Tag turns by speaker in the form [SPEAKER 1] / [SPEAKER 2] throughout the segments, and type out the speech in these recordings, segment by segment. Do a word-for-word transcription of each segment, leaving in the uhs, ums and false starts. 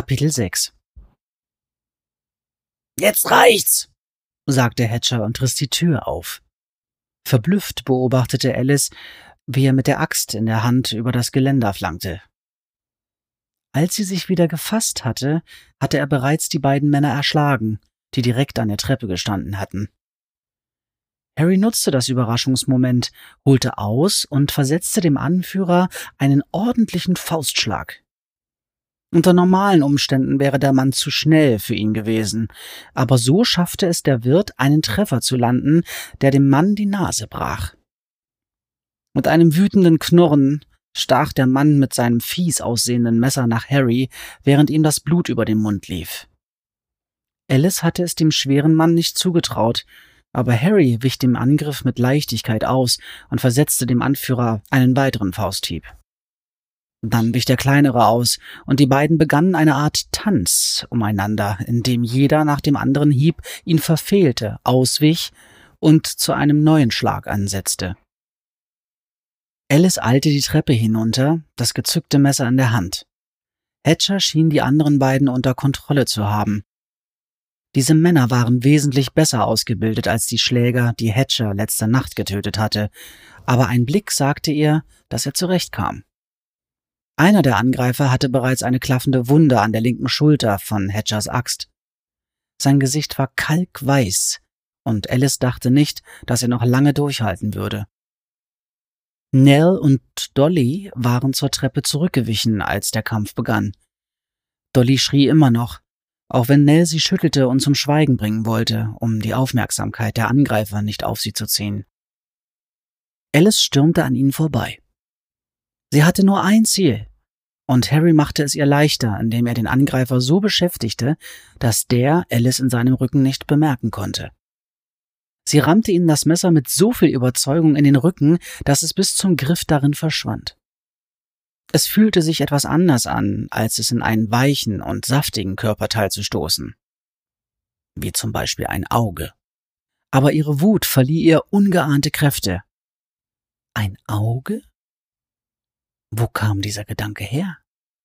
[SPEAKER 1] Kapitel sechs. »Jetzt reicht's«, sagte Hatcher und riss die Tür auf. Verblüfft beobachtete Alice, wie er mit der Axt in der Hand über das Geländer flankte. Als sie sich wieder gefasst hatte, hatte er bereits die beiden Männer erschlagen, die direkt an der Treppe gestanden hatten. Harry nutzte das Überraschungsmoment, holte aus und versetzte dem Anführer einen ordentlichen Faustschlag. Unter normalen Umständen wäre der Mann zu schnell für ihn gewesen, aber so schaffte es der Wirt, einen Treffer zu landen, der dem Mann die Nase brach. Mit einem wütenden Knurren stach der Mann mit seinem fies aussehenden Messer nach Harry, während ihm das Blut über den Mund lief. Alice hatte es dem schweren Mann nicht zugetraut, aber Harry wich dem Angriff mit Leichtigkeit aus und versetzte dem Anführer einen weiteren Fausthieb. Dann wich der Kleinere aus, und die beiden begannen eine Art Tanz umeinander, in dem jeder nach dem anderen Hieb ihn verfehlte, auswich und zu einem neuen Schlag ansetzte. Alice eilte die Treppe hinunter, das gezückte Messer in der Hand. Hatcher schien die anderen beiden unter Kontrolle zu haben. Diese Männer waren wesentlich besser ausgebildet als die Schläger, die Hatcher letzte Nacht getötet hatte, aber ein Blick sagte ihr, dass er zurechtkam. Einer der Angreifer hatte bereits eine klaffende Wunde an der linken Schulter von Hatchers Axt. Sein Gesicht war kalkweiß, und Alice dachte nicht, dass er noch lange durchhalten würde. Nell und Dolly waren zur Treppe zurückgewichen, als der Kampf begann. Dolly schrie immer noch, auch wenn Nell sie schüttelte und zum Schweigen bringen wollte, um die Aufmerksamkeit der Angreifer nicht auf sie zu ziehen. Alice stürmte an ihnen vorbei. Sie hatte nur ein Ziel, und Harry machte es ihr leichter, indem er den Angreifer so beschäftigte, dass der Alice in seinem Rücken nicht bemerken konnte. Sie rammte ihm das Messer mit so viel Überzeugung in den Rücken, dass es bis zum Griff darin verschwand. Es fühlte sich etwas anders an, als es in einen weichen und saftigen Körperteil zu stoßen. Wie zum Beispiel ein Auge. Aber ihre Wut verlieh ihr ungeahnte Kräfte. Ein Auge? Wo kam dieser Gedanke her?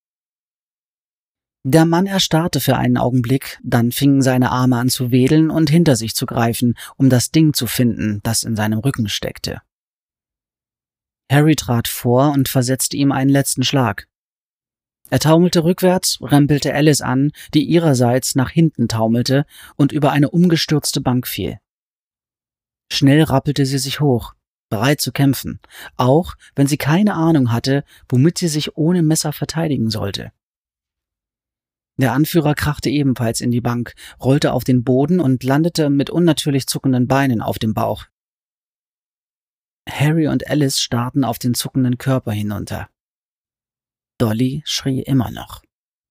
[SPEAKER 1] Der Mann erstarrte für einen Augenblick, dann fingen seine Arme an zu wedeln und hinter sich zu greifen, um das Ding zu finden, das in seinem Rücken steckte. Harry trat vor und versetzte ihm einen letzten Schlag. Er taumelte rückwärts, rempelte Alice an, die ihrerseits nach hinten taumelte und über eine umgestürzte Bank fiel. Schnell rappelte sie sich hoch, bereit zu kämpfen, auch wenn sie keine Ahnung hatte, womit sie sich ohne Messer verteidigen sollte. Der Anführer krachte ebenfalls in die Bank, rollte auf den Boden und landete mit unnatürlich zuckenden Beinen auf dem Bauch. Harry und Alice starrten auf den zuckenden Körper hinunter. Dolly schrie immer noch.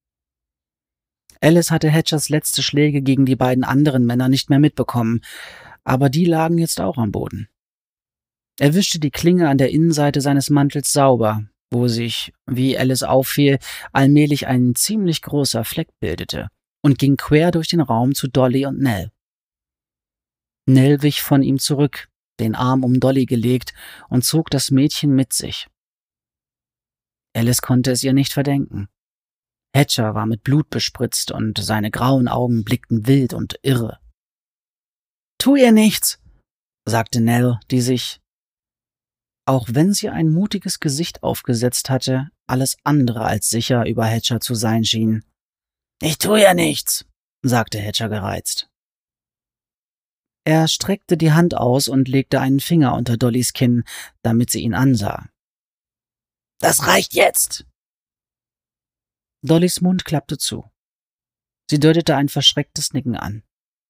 [SPEAKER 1] Alice hatte Hatchers letzte Schläge gegen die beiden anderen Männer nicht mehr mitbekommen, aber die lagen jetzt auch am Boden. Er wischte die Klinge an der Innenseite seines Mantels sauber, wo sich, wie Alice auffiel, allmählich ein ziemlich großer Fleck bildete, und ging quer durch den Raum zu Dolly und Nell. Nell wich von ihm zurück, den Arm um Dolly gelegt, und zog das Mädchen mit sich. Alice konnte es ihr nicht verdenken. Hatcher war mit Blut bespritzt, und seine grauen Augen blickten wild und irre. »Tu ihr nichts«, sagte Nell, die sich, auch wenn sie ein mutiges Gesicht aufgesetzt hatte, alles andere als sicher über Hatcher zu sein schien. »Ich tu ja nichts«, sagte Hatcher gereizt. Er streckte die Hand aus und legte einen Finger unter Dollys Kinn, damit sie ihn ansah. »Das reicht jetzt!« Dollys Mund klappte zu. Sie deutete ein verschrecktes Nicken an.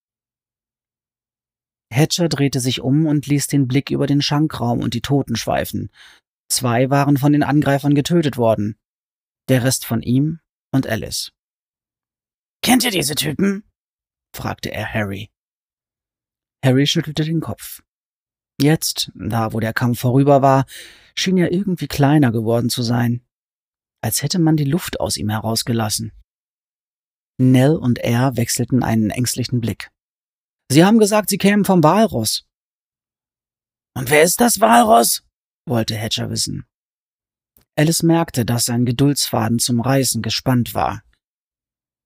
[SPEAKER 1] Hatcher drehte sich um und ließ den Blick über den Schankraum und die Toten schweifen. Zwei waren von den Angreifern getötet worden, der Rest von ihm und Alice. »Kennt ihr diese Typen?« fragte er Harry. Harry schüttelte den Kopf. Jetzt, da wo der Kampf vorüber war, schien er irgendwie kleiner geworden zu sein, als hätte man die Luft aus ihm herausgelassen. Nell und er wechselten einen ängstlichen Blick. »Sie haben gesagt, Sie kämen vom Walross.« »Und wer ist das Walross?« wollte Hatcher wissen. Alice merkte, dass sein Geduldsfaden zum Reißen gespannt war.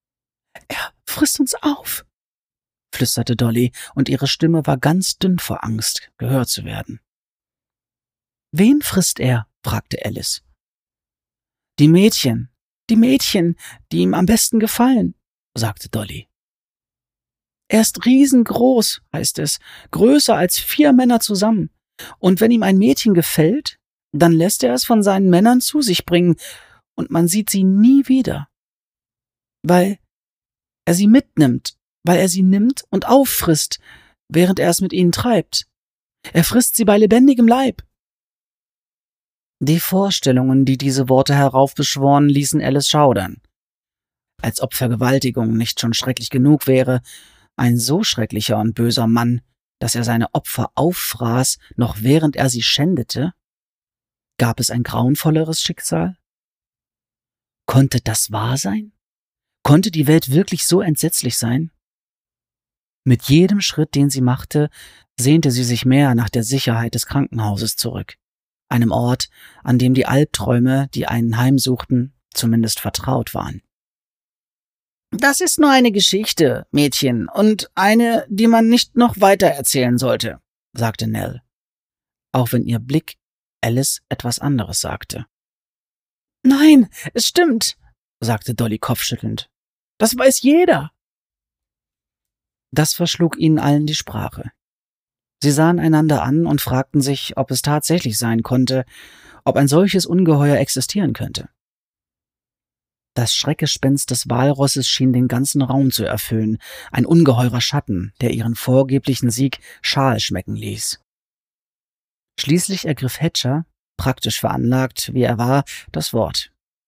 [SPEAKER 1] Er frisst uns auf, flüsterte Dolly, und ihre Stimme war ganz dünn vor Angst, gehört zu werden. »Wen frisst er?« fragte Alice. »Die Mädchen, die Mädchen, die ihm am besten gefallen«, sagte Dolly. »Er ist riesengroß«, heißt es, »größer als vier Männer zusammen. Und wenn ihm ein Mädchen gefällt, dann lässt er es von seinen Männern zu sich bringen, und man sieht sie nie wieder. Weil er sie mitnimmt, weil er sie nimmt und auffrisst, während er es mit ihnen treibt. Er frisst sie bei lebendigem Leib.« Die Vorstellungen, die diese Worte heraufbeschworen, ließen Alice schaudern. Als ob Vergewaltigung nicht schon schrecklich genug wäre, ein so schrecklicher und böser Mann, dass er seine Opfer auffraß, noch während er sie schändete? Gab es ein grauenvolleres Schicksal? Konnte das wahr sein? Konnte die Welt wirklich so entsetzlich sein? Mit jedem Schritt, den sie machte, sehnte sie sich mehr nach der Sicherheit des Krankenhauses zurück, einem Ort, an dem die Albträume, die einen heimsuchten, zumindest vertraut waren. »Das ist nur eine Geschichte, Mädchen, und eine, die man nicht noch weiter erzählen sollte«, sagte Nell, auch wenn ihr Blick Alice etwas anderes sagte. »Nein, es stimmt«, sagte Dolly kopfschüttelnd. »Das weiß jeder.« Das verschlug ihnen allen die Sprache. Sie sahen einander an und fragten sich, ob es tatsächlich sein konnte, ob ein solches Ungeheuer existieren könnte. Das Schreckgespenst des Walrosses schien den ganzen Raum zu erfüllen, ein ungeheurer Schatten, der ihren vorgeblichen Sieg schal schmecken ließ. Schließlich ergriff Hatcher, praktisch veranlagt, wie er war, das Wort.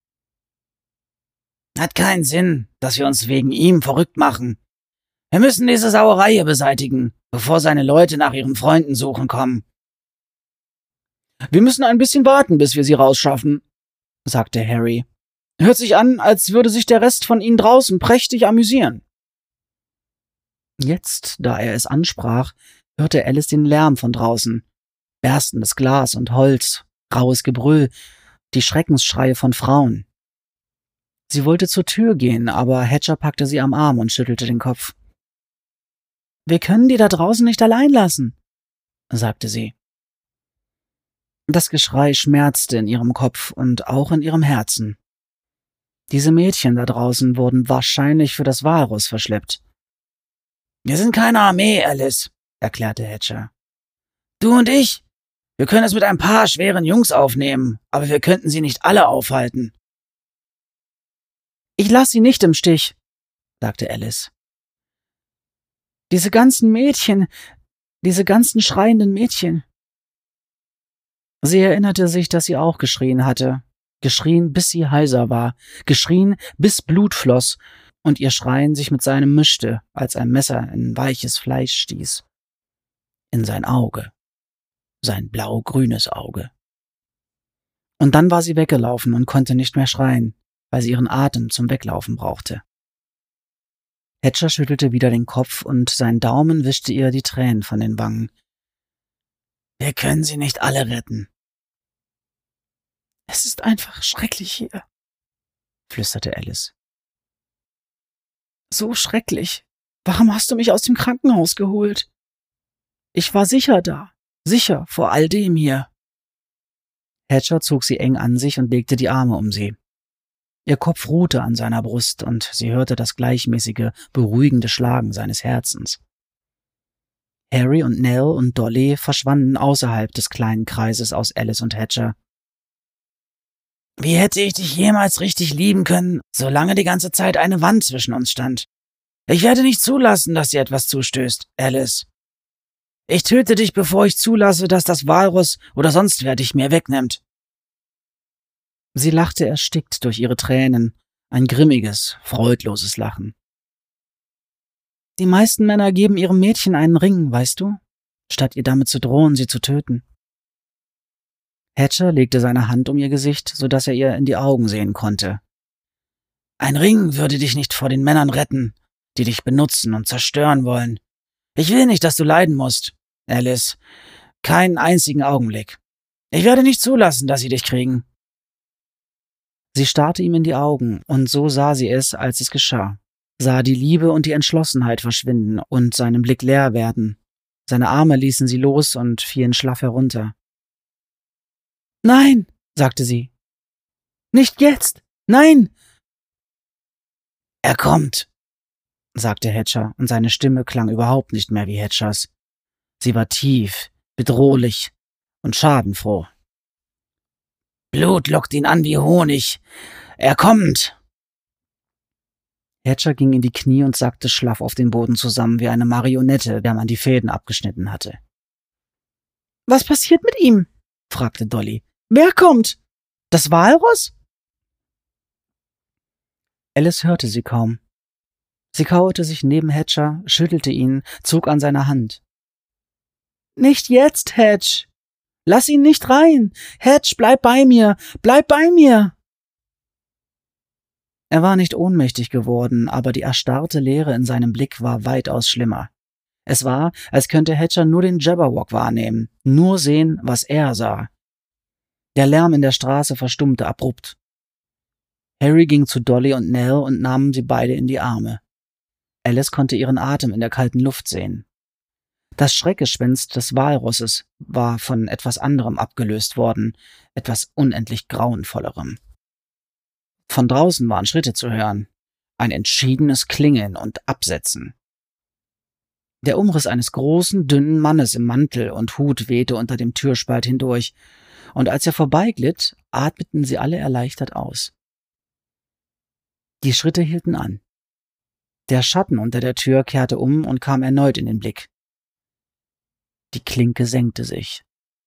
[SPEAKER 1] »Hat keinen Sinn, dass wir uns wegen ihm verrückt machen. Wir müssen diese Sauerei hier beseitigen, bevor seine Leute nach ihren Freunden suchen kommen.« »Wir müssen ein bisschen warten, bis wir sie rausschaffen«, sagte Harry. »Hört sich an, als würde sich der Rest von ihnen draußen prächtig amüsieren.« Jetzt, da er es ansprach, hörte Alice den Lärm von draußen. Berstendes Glas und Holz, raues Gebrüll, die Schreckensschreie von Frauen. Sie wollte zur Tür gehen, aber Hatcher packte sie am Arm und schüttelte den Kopf. »Wir können die da draußen nicht allein lassen«, sagte sie. Das Geschrei schmerzte in ihrem Kopf und auch in ihrem Herzen. Diese Mädchen da draußen wurden wahrscheinlich für das Walross verschleppt. »Wir sind keine Armee, Alice«, erklärte Hatcher. »Du und ich, wir können es mit ein paar schweren Jungs aufnehmen, aber wir könnten sie nicht alle aufhalten.« »Ich lass sie nicht im Stich«, sagte Alice. »Diese ganzen Mädchen, diese ganzen schreienden Mädchen.« Sie erinnerte sich, dass sie auch geschrien hatte, geschrien, bis sie heiser war, geschrien, bis Blut floss und ihr Schreien sich mit seinem mischte, als ein Messer in weiches Fleisch stieß. In sein Auge, sein blau-grünes Auge. Und dann war sie weggelaufen und konnte nicht mehr schreien, weil sie ihren Atem zum Weglaufen brauchte. Hatcher schüttelte wieder den Kopf und sein Daumen wischte ihr die Tränen von den Wangen. »Wir können sie nicht alle retten.« »Es ist einfach schrecklich hier«, flüsterte Alice. »So schrecklich. Warum hast du mich aus dem Krankenhaus geholt? Ich war sicher da, sicher vor all dem hier.« Hatcher zog sie eng an sich und legte die Arme um sie. Ihr Kopf ruhte an seiner Brust und sie hörte das gleichmäßige, beruhigende Schlagen seines Herzens. Harry und Nell und Dolly verschwanden außerhalb des kleinen Kreises aus Alice und Hatcher. »Wie hätte ich dich jemals richtig lieben können, solange die ganze Zeit eine Wand zwischen uns stand? Ich werde nicht zulassen, dass dir etwas zustößt, Alice. Ich töte dich, bevor ich zulasse, dass das Walross oder sonst wer dich mir wegnimmt.« Sie lachte erstickt durch ihre Tränen, ein grimmiges, freudloses Lachen. »Die meisten Männer geben ihrem Mädchen einen Ring, weißt du, statt ihr damit zu drohen, sie zu töten.« Hatcher legte seine Hand um ihr Gesicht, so dass er ihr in die Augen sehen konnte. »Ein Ring würde dich nicht vor den Männern retten, die dich benutzen und zerstören wollen. Ich will nicht, dass du leiden musst, Alice. Keinen einzigen Augenblick. Ich werde nicht zulassen, dass sie dich kriegen.« Sie starrte ihm in die Augen, und so sah sie es, als es geschah. sah die Liebe und die Entschlossenheit verschwinden und seinen Blick leer werden. Seine Arme ließen sie los und fielen schlaff herunter. »Nein«, sagte sie. »Nicht jetzt! Nein!« »Er kommt«, sagte Hatcher, und seine Stimme klang überhaupt nicht mehr wie Hatchers. Sie war tief, bedrohlich und schadenfroh. »Blut lockt ihn an wie Honig. Er kommt!« Hatcher ging in die Knie und sackte schlaff auf den Boden zusammen wie eine Marionette, der man die Fäden abgeschnitten hatte. »Was passiert mit ihm?« fragte Dolly. »Wer kommt? Das Walross?« Alice hörte sie kaum. Sie kauerte sich neben Hatcher, schüttelte ihn, zog an seiner Hand. »Nicht jetzt, Hatch! Lass ihn nicht rein! Hatch, bleib bei mir! Bleib bei mir!« Er war nicht ohnmächtig geworden, aber die erstarrte Leere in seinem Blick war weitaus schlimmer. Es war, als könnte Hatcher nur den Jabberwock wahrnehmen, nur sehen, was er sah. Der Lärm in der Straße verstummte abrupt. Harry ging zu Dolly und Nell und nahm sie beide in die Arme. Alice konnte ihren Atem in der kalten Luft sehen. Das Schreckgespenst des Walrosses war von etwas anderem abgelöst worden, etwas unendlich Grauenvollerem. Von draußen waren Schritte zu hören, ein entschiedenes Klingeln und Absetzen. Der Umriss eines großen, dünnen Mannes im Mantel und Hut wehte unter dem Türspalt hindurch, und als er vorbeiglitt, atmeten sie alle erleichtert aus. Die Schritte hielten an. Der Schatten unter der Tür kehrte um und kam erneut in den Blick. Die Klinke senkte sich.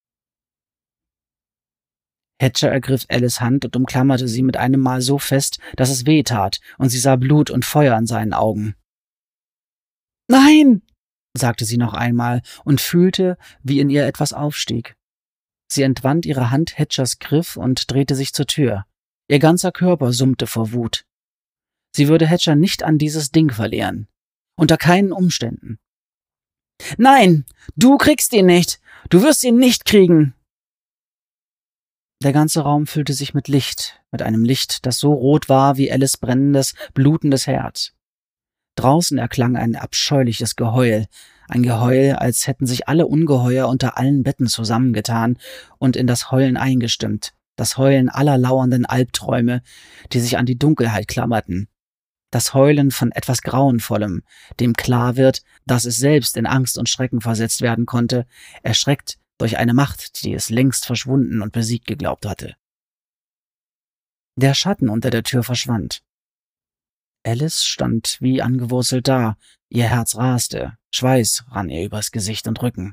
[SPEAKER 1] Hatcher ergriff Alice' Hand und umklammerte sie mit einem Mal so fest, dass es weh tat, und sie sah Blut und Feuer in seinen Augen. »Nein«, sagte sie noch einmal und fühlte, wie in ihr etwas aufstieg. Sie entwand ihre Hand Hatchers Griff und drehte sich zur Tür. Ihr ganzer Körper summte vor Wut. Sie würde Hatcher nicht an dieses Ding verlieren. Unter keinen Umständen. »Nein, du kriegst ihn nicht! Du wirst ihn nicht kriegen!« Der ganze Raum füllte sich mit Licht, mit einem Licht, das so rot war wie Alice' brennendes, blutendes Herz. Draußen erklang ein abscheuliches Geheul, ein Geheul, als hätten sich alle Ungeheuer unter allen Betten zusammengetan und in das Heulen eingestimmt, das Heulen aller lauernden Albträume, die sich an die Dunkelheit klammerten. Das Heulen von etwas Grauenvollem, dem klar wird, dass es selbst in Angst und Schrecken versetzt werden konnte, erschreckt durch eine Macht, die es längst verschwunden und besiegt geglaubt hatte. Der Schatten unter der Tür verschwand. Alice stand wie angewurzelt da, ihr Herz raste, Schweiß rann ihr übers Gesicht und Rücken.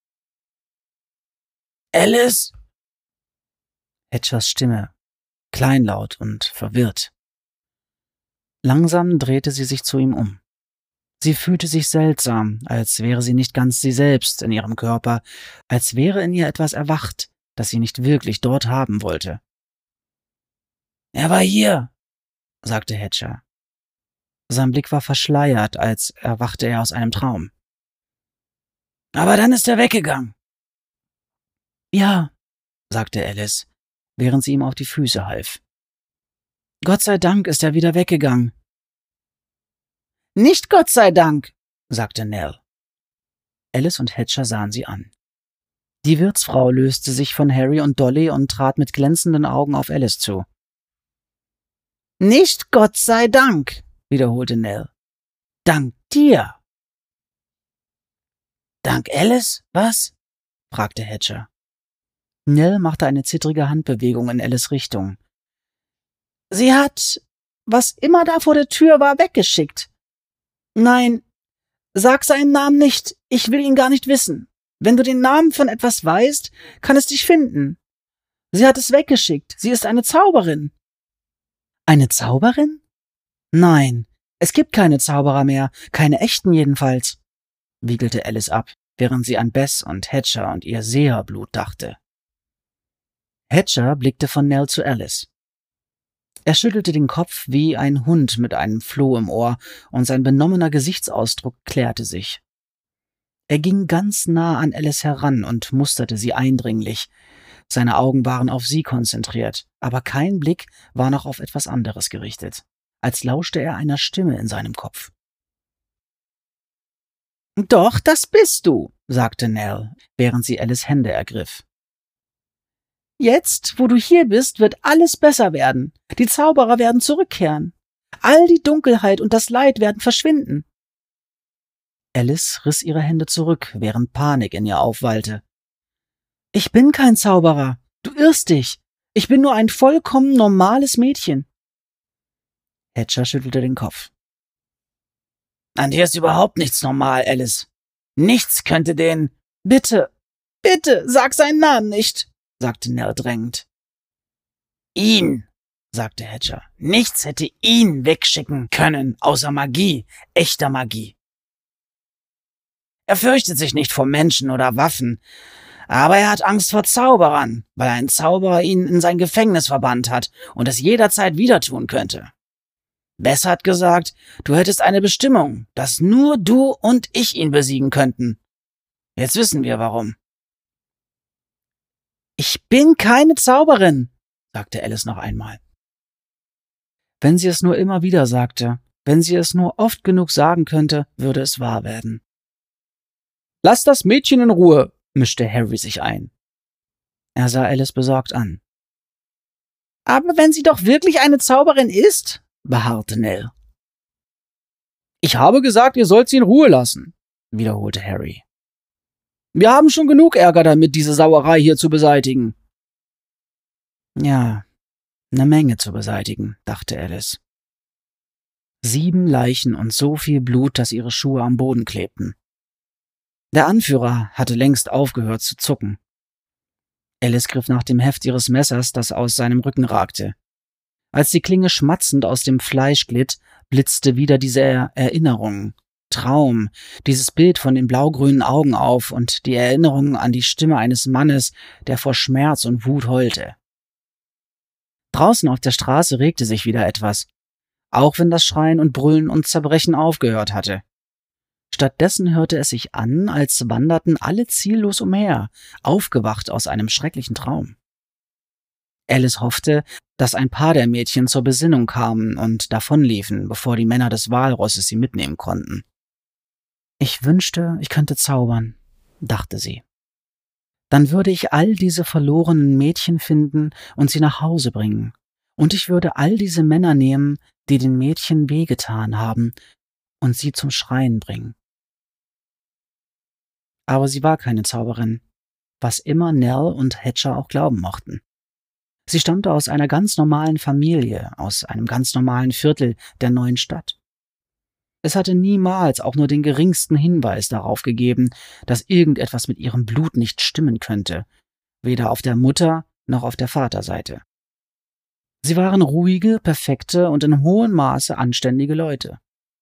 [SPEAKER 1] »Alice!« Hatchers Stimme, kleinlaut und verwirrt. Langsam drehte sie sich zu ihm um. Sie fühlte sich seltsam, als wäre sie nicht ganz sie selbst in ihrem Körper, als wäre in ihr etwas erwacht, das sie nicht wirklich dort haben wollte. »Er war hier«, sagte Hatcher. Sein Blick war verschleiert, als erwachte er aus einem Traum. »Aber dann ist er weggegangen.« »Ja«, sagte Alice, während sie ihm auf die Füße half. »Gott sei Dank ist er wieder weggegangen.« »Nicht Gott sei Dank«, sagte Nell. Alice und Hatcher sahen sie an. Die Wirtsfrau löste sich von Harry und Dolly und trat mit glänzenden Augen auf Alice zu. »Nicht Gott sei Dank«, wiederholte Nell. »Dank dir.« »Dank Alice, was?« fragte Hatcher. Nell machte eine zittrige Handbewegung in Alice' Richtung. »Sie hat, was immer da vor der Tür war, weggeschickt. Nein, sag seinen Namen nicht, ich will ihn gar nicht wissen. Wenn du den Namen von etwas weißt, kann es dich finden. Sie hat es weggeschickt, sie ist eine Zauberin.« »Eine Zauberin? Nein, es gibt keine Zauberer mehr, keine echten jedenfalls«, wiegelte Alice ab, während sie an Bess und Hatcher und ihr Seherblut dachte. Hatcher blickte von Nell zu Alice. Er schüttelte den Kopf wie ein Hund mit einem Floh im Ohr, und sein benommener Gesichtsausdruck klärte sich. Er ging ganz nah an Alice heran und musterte sie eindringlich. Seine Augen waren auf sie konzentriert, aber kein Blick war noch auf etwas anderes gerichtet. als lauschte er einer Stimme in seinem Kopf. »Doch, das bist du«, sagte Nell, während sie Alice Hände ergriff. »Jetzt, wo du hier bist, wird alles besser werden. Die Zauberer werden zurückkehren. All die Dunkelheit und das Leid werden verschwinden.« Alice riss ihre Hände zurück, während Panik in ihr aufwallte. »Ich bin kein Zauberer. Du irrst dich. Ich bin nur ein vollkommen normales Mädchen.« Hatcher schüttelte den Kopf. »An dir ist überhaupt nichts normal, Alice. Nichts könnte den...« »Bitte, bitte, sag seinen Namen nicht«, sagte Nell drängend. »Ihn«, sagte Hatcher. »Nichts hätte ihn wegschicken können, außer Magie, echter Magie. Er fürchtet sich nicht vor Menschen oder Waffen, aber er hat Angst vor Zauberern, weil ein Zauberer ihn in sein Gefängnis verbannt hat und es jederzeit wieder tun könnte. Bess hat gesagt, du hättest eine Bestimmung, dass nur du und ich ihn besiegen könnten. Jetzt wissen wir, warum.« »Ich bin keine Zauberin«, sagte Alice noch einmal. Wenn sie es nur immer wieder sagte, wenn sie es nur oft genug sagen könnte, würde es wahr werden. »Lass das Mädchen in Ruhe«, mischte Harry sich ein. Er sah Alice besorgt an. »Aber wenn sie doch wirklich eine Zauberin ist«, beharrte Nell. »Ich habe gesagt, ihr sollt sie in Ruhe lassen«, wiederholte Harry. »Wir haben schon genug Ärger damit, diese Sauerei hier zu beseitigen.« »Ja, eine Menge zu beseitigen«, dachte Alice. Sieben Leichen und so viel Blut, dass ihre Schuhe am Boden klebten. Der Anführer hatte längst aufgehört zu zucken. Alice griff nach dem Heft ihres Messers, das aus seinem Rücken ragte. Als die Klinge schmatzend aus dem Fleisch glitt, blitzte wieder diese Erinnerung, Traum, dieses Bild von den blaugrünen Augen auf und die Erinnerung an die Stimme eines Mannes, der vor Schmerz und Wut heulte. Draußen auf der Straße regte sich wieder etwas, auch wenn das Schreien und Brüllen und Zerbrechen aufgehört hatte. Stattdessen hörte es sich an, als wanderten alle ziellos umher, aufgewacht aus einem schrecklichen Traum. Alice hoffte, dass ein paar der Mädchen zur Besinnung kamen und davonliefen, bevor die Männer des Walrosses sie mitnehmen konnten. »Ich wünschte, ich könnte zaubern«, dachte sie. »Dann würde ich all diese verlorenen Mädchen finden und sie nach Hause bringen, und ich würde all diese Männer nehmen, die den Mädchen wehgetan haben, und sie zum Schreien bringen.« Aber sie war keine Zauberin, was immer Nell und Hatcher auch glauben mochten. Sie stammte aus einer ganz normalen Familie, aus einem ganz normalen Viertel der neuen Stadt. Es hatte niemals auch nur den geringsten Hinweis darauf gegeben, dass irgendetwas mit ihrem Blut nicht stimmen könnte, weder auf der Mutter- noch auf der Vaterseite. Sie waren ruhige, perfekte und in hohem Maße anständige Leute.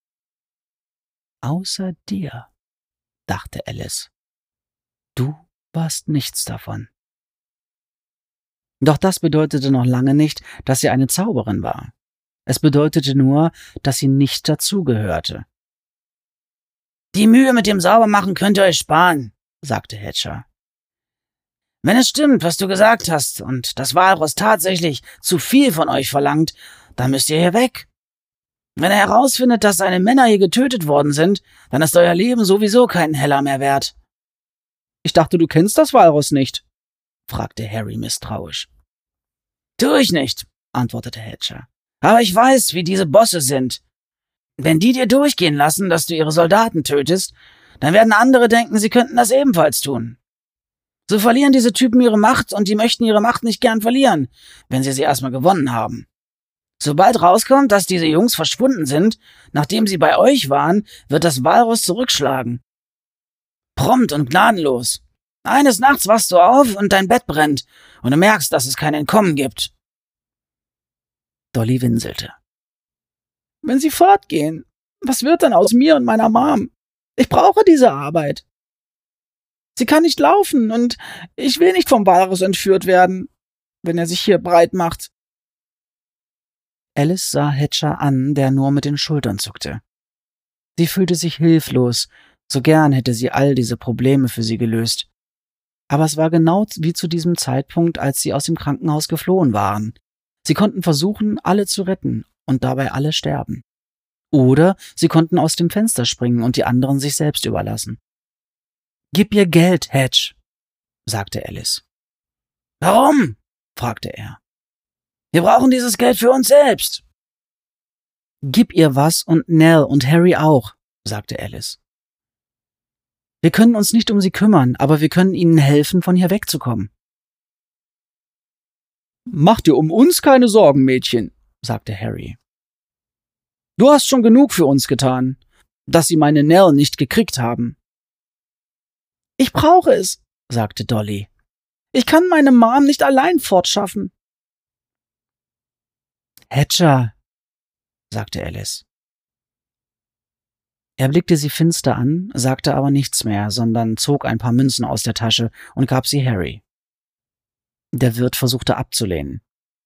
[SPEAKER 1] »Außer dir«, dachte Alice. »Du warst nichts davon.« Doch das bedeutete noch lange nicht, dass sie eine Zauberin war. Es bedeutete nur, dass sie nicht dazugehörte. »Die Mühe mit dem Saubermachen könnt ihr euch sparen«, sagte Hatcher. »Wenn es stimmt, was du gesagt hast, und das Walross tatsächlich zu viel von euch verlangt, dann müsst ihr hier weg. Wenn er herausfindet, dass seine Männer hier getötet worden sind, dann ist euer Leben sowieso keinen Heller mehr wert.« »Ich dachte, du kennst das Walross nicht?«, fragte Harry misstrauisch. »Tu ich nicht«, antwortete Hatcher. »Aber ich weiß, wie diese Bosse sind. Wenn die dir durchgehen lassen, dass du ihre Soldaten tötest, dann werden andere denken, sie könnten das ebenfalls tun. So verlieren diese Typen ihre Macht und die möchten ihre Macht nicht gern verlieren, wenn sie sie erstmal gewonnen haben. Sobald rauskommt, dass diese Jungs verschwunden sind, nachdem sie bei euch waren, wird das Walross zurückschlagen. Prompt und gnadenlos. Eines Nachts wachst du auf und dein Bett brennt und du merkst, dass es kein Entkommen gibt.« Dolly winselte. »Wenn sie fortgehen, was wird dann aus mir und meiner Mom? Ich brauche diese Arbeit. Sie kann nicht laufen und ich will nicht vom Walross entführt werden, wenn er sich hier breit macht.« Alice sah Hatcher an, der nur mit den Schultern zuckte. Sie fühlte sich hilflos, so gern hätte sie all diese Probleme für sie gelöst. Aber es war genau wie zu diesem Zeitpunkt, als sie aus dem Krankenhaus geflohen waren. Sie konnten versuchen, alle zu retten, und dabei alle sterben. Oder sie konnten aus dem Fenster springen und die anderen sich selbst überlassen. »Gib ihr Geld, Hedge«, sagte Alice. »Warum?« fragte er. »Wir brauchen dieses Geld für uns selbst.« »Gib ihr was und Nell und Harry auch«, sagte Alice. »Wir können uns nicht um sie kümmern, aber wir können ihnen helfen, von hier wegzukommen.« »Mach dir um uns keine Sorgen, Mädchen«, sagte Harry. »Du hast schon genug für uns getan, dass sie meine Nell nicht gekriegt haben.« »Ich brauche es«, sagte Dolly. »Ich kann meine Mom nicht allein fortschaffen.« »Hedger«, sagte Alice. Er blickte sie finster an, sagte aber nichts mehr, sondern zog ein paar Münzen aus der Tasche und gab sie Harry. Der Wirt versuchte abzulehnen.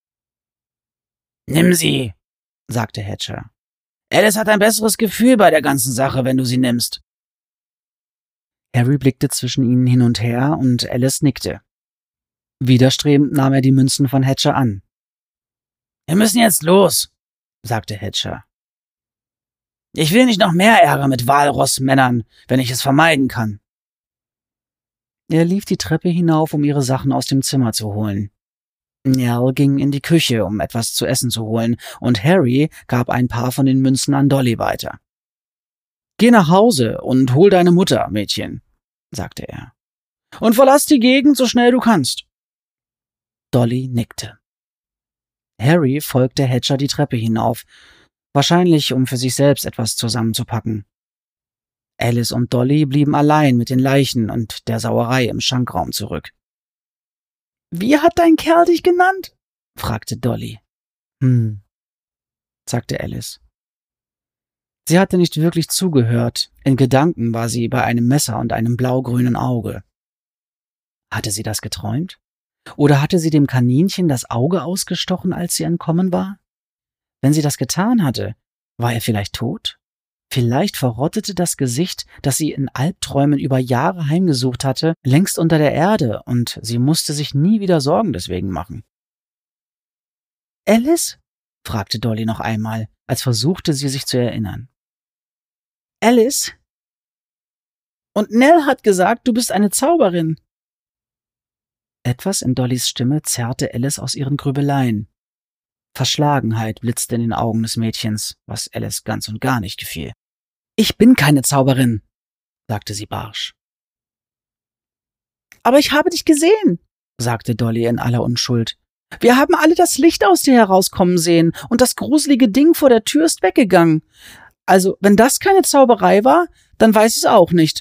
[SPEAKER 1] »Nimm sie«, sagte Hedger. »Alice hat ein besseres Gefühl bei der ganzen Sache, wenn du sie nimmst.« Harry blickte zwischen ihnen hin und her und Alice nickte. Widerstrebend nahm er die Münzen von Hedger an. »Wir müssen jetzt los«, sagte Hedger. »Ich will nicht noch mehr Ärger mit Walrossmännern, wenn ich es vermeiden kann.« Er lief die Treppe hinauf, um ihre Sachen aus dem Zimmer zu holen. Nell ging in die Küche, um etwas zu essen zu holen, und Harry gab ein paar von den Münzen an Dolly weiter. »Geh nach Hause und hol deine Mutter, Mädchen«, sagte er. »Und verlass die Gegend, so schnell du kannst.« Dolly nickte. Harry folgte Hedger die Treppe hinauf, wahrscheinlich um für sich selbst etwas zusammenzupacken. Alice und Dolly blieben allein mit den Leichen und der Sauerei im Schankraum zurück. »Wie hat dein Kerl dich genannt?« fragte Dolly. »Hm«, sagte Alice. Sie hatte nicht wirklich zugehört, in Gedanken war sie bei einem Messer und einem blaugrünen Auge. Hatte sie das geträumt? Oder hatte sie dem Kaninchen das Auge ausgestochen, als sie entkommen war? Wenn sie das getan hatte, war er vielleicht tot? Vielleicht verrottete das Gesicht, das sie in Albträumen über Jahre heimgesucht hatte, längst unter der Erde, und sie musste sich nie wieder Sorgen deswegen machen. »Alice?« fragte Dolly noch einmal, als versuchte sie sich zu erinnern. »Alice? Und Nell hat gesagt, du bist eine Zauberin.« Etwas in Dollys Stimme zerrte Alice aus ihren Grübeleien. Verschlagenheit blitzte in den Augen des Mädchens, was Alice ganz und gar nicht gefiel. »Ich bin keine Zauberin«, sagte sie barsch. »Aber ich habe dich gesehen«, sagte Dolly in aller Unschuld. »Wir haben alle das Licht aus dir herauskommen sehen, und das gruselige Ding vor der Tür ist weggegangen. Also, wenn das keine Zauberei war, dann weiß ich es auch nicht.«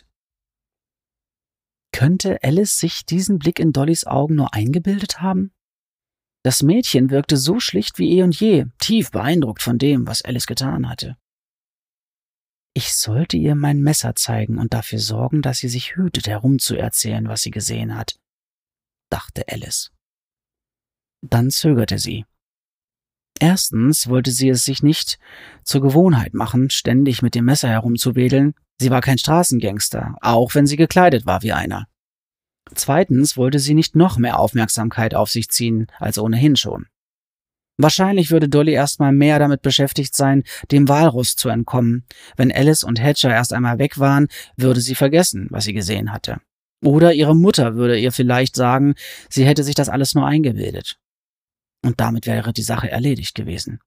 [SPEAKER 1] Könnte Alice sich diesen Blick in Dollys Augen nur eingebildet haben? Das Mädchen wirkte so schlicht wie eh und je, tief beeindruckt von dem, was Alice getan hatte. Ich sollte ihr mein Messer zeigen und dafür sorgen, dass sie sich hütet, herumzuerzählen, was sie gesehen hat, dachte Alice. Dann zögerte sie. Erstens wollte sie es sich nicht zur Gewohnheit machen, ständig mit dem Messer herumzuwedeln. Sie war kein Straßengangster, auch wenn sie gekleidet war wie einer. Zweitens wollte sie nicht noch mehr Aufmerksamkeit auf sich ziehen, als ohnehin schon. Wahrscheinlich würde Dolly erstmal mehr damit beschäftigt sein, dem Walross zu entkommen. Wenn Alice und Hedger erst einmal weg waren, würde sie vergessen, was sie gesehen hatte. Oder ihre Mutter würde ihr vielleicht sagen, sie hätte sich das alles nur eingebildet. Und damit wäre die Sache erledigt gewesen.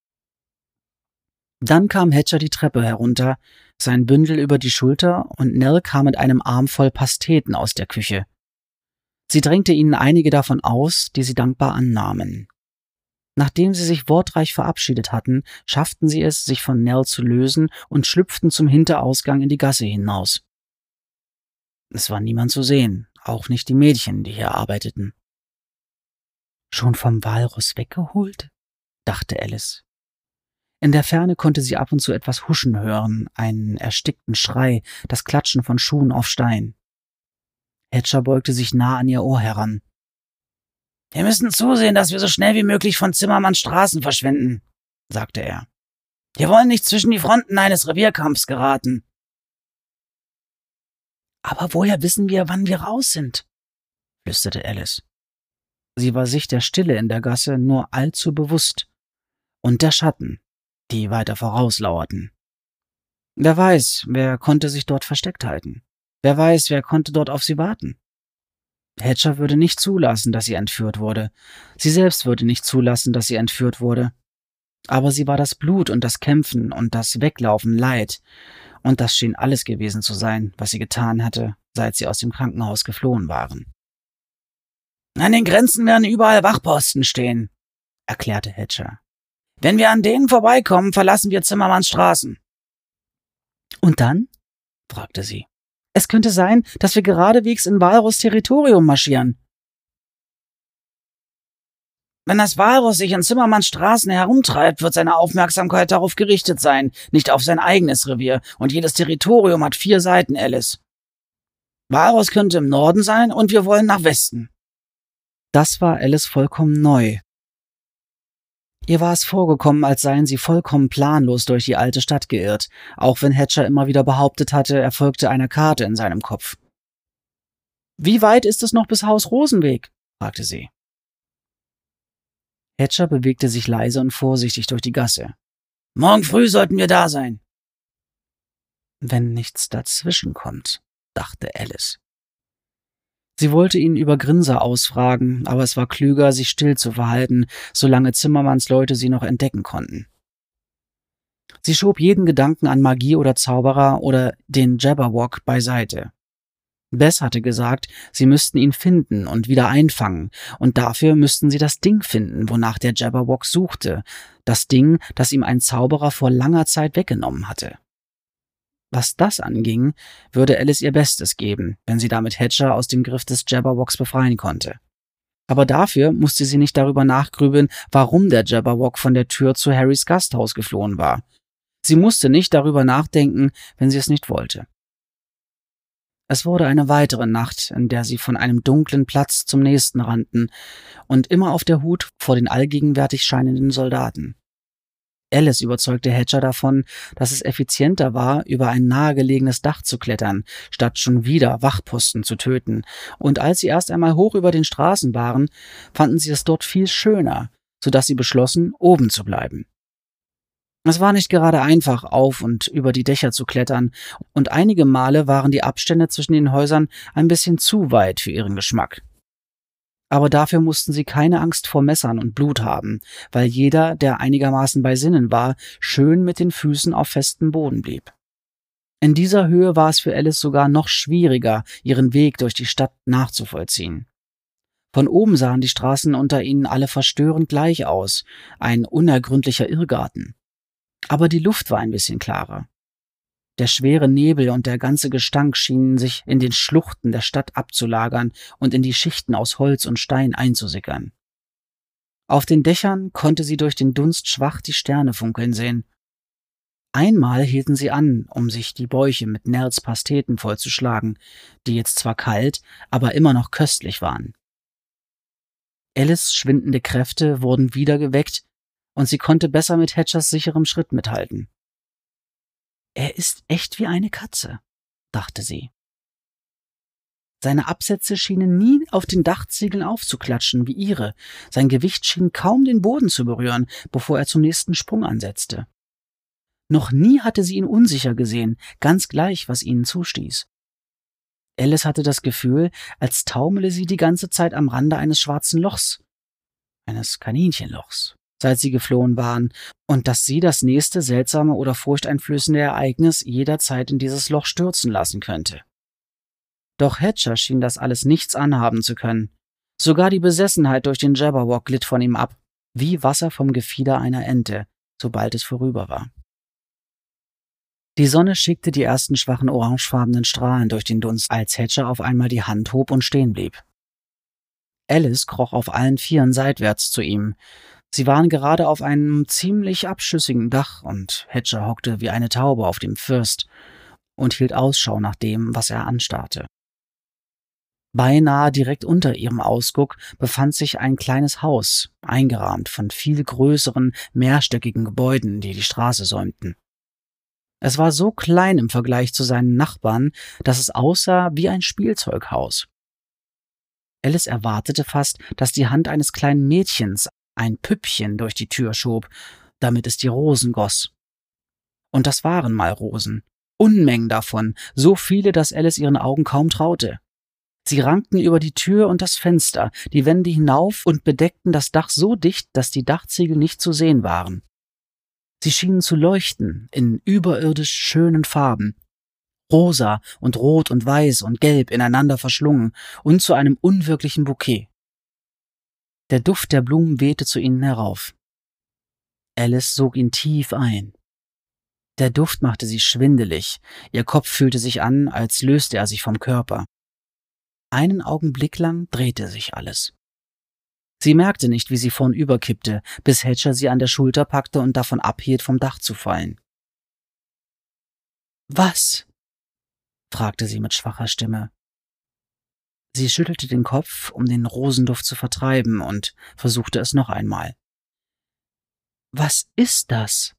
[SPEAKER 1] Dann kam Hedger die Treppe herunter, sein Bündel über die Schulter, und Nell kam mit einem Arm voll Pasteten aus der Küche. Sie drängte ihnen einige davon aus, die sie dankbar annahmen. Nachdem sie sich wortreich verabschiedet hatten, schafften sie es, sich von Nell zu lösen und schlüpften zum Hinterausgang in die Gasse hinaus. Es war niemand zu sehen, auch nicht die Mädchen, die hier arbeiteten. »Schon vom Walross weggeholt?« dachte Alice. In der Ferne konnte sie ab und zu etwas huschen hören, einen erstickten Schrei, das Klatschen von Schuhen auf Stein. Hedger beugte sich nah an ihr Ohr heran. »Wir müssen zusehen, dass wir so schnell wie möglich von Zimmermanns Straßen verschwinden«, sagte er. »Wir wollen nicht zwischen die Fronten eines Revierkampfs geraten.« »Aber woher wissen wir, wann wir raus sind?«, flüsterte Alice. Sie war sich der Stille in der Gasse nur allzu bewusst und der Schatten, die weiter vorauslauerten. Wer weiß, wer konnte sich dort versteckt halten? Wer weiß, wer konnte dort auf sie warten? Hatcher würde nicht zulassen, dass sie entführt wurde. Sie selbst würde nicht zulassen, dass sie entführt wurde. Aber sie war das Blut und das Kämpfen und das Weglaufen leid. Und das schien alles gewesen zu sein, was sie getan hatte, seit sie aus dem Krankenhaus geflohen waren. »An den Grenzen werden überall Wachposten stehen«, erklärte Hatcher. »Wenn wir an denen vorbeikommen, verlassen wir Zimmermanns Straßen.« »Und dann?« fragte sie. »Es könnte sein, dass wir geradewegs in Walrus Territorium marschieren.« »Wenn das Walrus sich in Zimmermanns Straßen herumtreibt, wird seine Aufmerksamkeit darauf gerichtet sein, nicht auf sein eigenes Revier, und jedes Territorium hat vier Seiten, Alice. Walrus könnte im Norden sein, und wir wollen nach Westen.« Das war Alice vollkommen neu. Ihr war es vorgekommen, als seien sie vollkommen planlos durch die alte Stadt geirrt, auch wenn Hatcher immer wieder behauptet hatte, er folgte einer Karte in seinem Kopf. »Wie weit ist es noch bis Haus Rosenweg?« fragte sie. Hatcher bewegte sich leise und vorsichtig durch die Gasse. »Morgen früh sollten wir da sein.« »Wenn nichts dazwischenkommt«, dachte Alice. Sie wollte ihn über Grinser ausfragen, aber es war klüger, sich still zu verhalten, solange Zimmermanns Leute sie noch entdecken konnten. Sie schob jeden Gedanken an Magie oder Zauberer oder den Jabberwock beiseite. Bess hatte gesagt, sie müssten ihn finden und wieder einfangen, und dafür müssten sie das Ding finden, wonach der Jabberwock suchte, das Ding, das ihm ein Zauberer vor langer Zeit weggenommen hatte. Was das anging, würde Alice ihr Bestes geben, wenn sie damit Hatcher aus dem Griff des Jabberwocks befreien konnte. Aber dafür musste sie nicht darüber nachgrübeln, warum der Jabberwock von der Tür zu Harrys Gasthaus geflohen war. Sie musste nicht darüber nachdenken, wenn sie es nicht wollte. Es wurde eine weitere Nacht, in der sie von einem dunklen Platz zum nächsten rannten und immer auf der Hut vor den allgegenwärtig scheinenden Soldaten. Alice überzeugte Hatcher davon, dass es effizienter war, über ein nahegelegenes Dach zu klettern, statt schon wieder Wachposten zu töten, und als sie erst einmal hoch über den Straßen waren, fanden sie es dort viel schöner, sodass sie beschlossen, oben zu bleiben. Es war nicht gerade einfach, auf und über die Dächer zu klettern, und einige Male waren die Abstände zwischen den Häusern ein bisschen zu weit für ihren Geschmack. Aber dafür mussten sie keine Angst vor Messern und Blut haben, weil jeder, der einigermaßen bei Sinnen war, schön mit den Füßen auf festem Boden blieb. In dieser Höhe war es für Alice sogar noch schwieriger, ihren Weg durch die Stadt nachzuvollziehen. Von oben sahen die Straßen unter ihnen alle verstörend gleich aus, ein unergründlicher Irrgarten. Aber die Luft war ein bisschen klarer. Der schwere Nebel und der ganze Gestank schienen sich in den Schluchten der Stadt abzulagern und in die Schichten aus Holz und Stein einzusickern. Auf den Dächern konnte sie durch den Dunst schwach die Sterne funkeln sehen. Einmal hielten sie an, um sich die Bäuche mit Nerls Pasteten vollzuschlagen, die jetzt zwar kalt, aber immer noch köstlich waren. Alice' schwindende Kräfte wurden wieder geweckt, und sie konnte besser mit Hatchers sicherem Schritt mithalten. »Er ist echt wie eine Katze«, dachte sie. Seine Absätze schienen nie auf den Dachziegeln aufzuklatschen wie ihre, sein Gewicht schien kaum den Boden zu berühren, bevor er zum nächsten Sprung ansetzte. Noch nie hatte sie ihn unsicher gesehen, ganz gleich, was ihnen zustieß. Alice hatte das Gefühl, als taumele sie die ganze Zeit am Rande eines schwarzen Lochs, eines Kaninchenlochs, seit sie geflohen waren, und dass sie das nächste seltsame oder furchteinflößende Ereignis jederzeit in dieses Loch stürzen lassen könnte. Doch Hatcher schien das alles nichts anhaben zu können. Sogar die Besessenheit durch den Jabberwock glitt von ihm ab, wie Wasser vom Gefieder einer Ente, sobald es vorüber war. Die Sonne schickte die ersten schwachen orangefarbenen Strahlen durch den Dunst, als Hatcher auf einmal die Hand hob und stehen blieb. Alice kroch auf allen Vieren seitwärts zu ihm. Sie waren gerade auf einem ziemlich abschüssigen Dach, und Hatcher hockte wie eine Taube auf dem First und hielt Ausschau nach dem, was er anstarrte. Beinahe direkt unter ihrem Ausguck befand sich ein kleines Haus, eingerahmt von viel größeren, mehrstöckigen Gebäuden, die die Straße säumten. Es war so klein im Vergleich zu seinen Nachbarn, dass es aussah wie ein Spielzeughaus. Alice erwartete fast, dass die Hand eines kleinen Mädchens ein Püppchen durch die Tür schob, damit es die Rosen goss. Und das waren mal Rosen. Unmengen davon, so viele, dass Alice ihren Augen kaum traute. Sie rankten über die Tür und das Fenster, die Wände hinauf und bedeckten das Dach so dicht, dass die Dachziegel nicht zu sehen waren. Sie schienen zu leuchten in überirdisch schönen Farben, rosa und rot und weiß und gelb ineinander verschlungen und zu einem unwirklichen Bouquet. Der Duft der Blumen wehte zu ihnen herauf. Alice sog ihn tief ein. Der Duft machte sie schwindelig, ihr Kopf fühlte sich an, als löste er sich vom Körper. Einen Augenblick lang drehte sich alles. Sie merkte nicht, wie sie vornüberkippte, bis Hatcher sie an der Schulter packte und davon abhielt, vom Dach zu fallen. »Was?« fragte sie mit schwacher Stimme. Sie schüttelte den Kopf, um den Rosenduft zu vertreiben, und versuchte es noch einmal. »Was ist das?«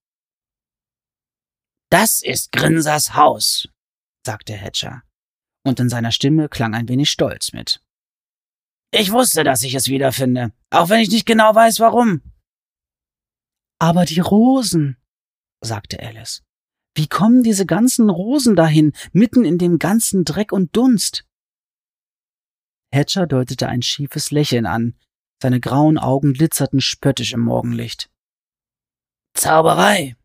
[SPEAKER 1] »Das ist Grinsers Haus«, sagte Hatcher, und in seiner Stimme klang ein wenig Stolz mit. »Ich wusste, dass ich es wiederfinde, auch wenn ich nicht genau weiß, warum.« »Aber die Rosen«, sagte Alice. »Wie kommen diese ganzen Rosen dahin, mitten in dem ganzen Dreck und Dunst?« Hatcher deutete ein schiefes Lächeln an, seine grauen Augen glitzerten spöttisch im Morgenlicht. »Zauberei«,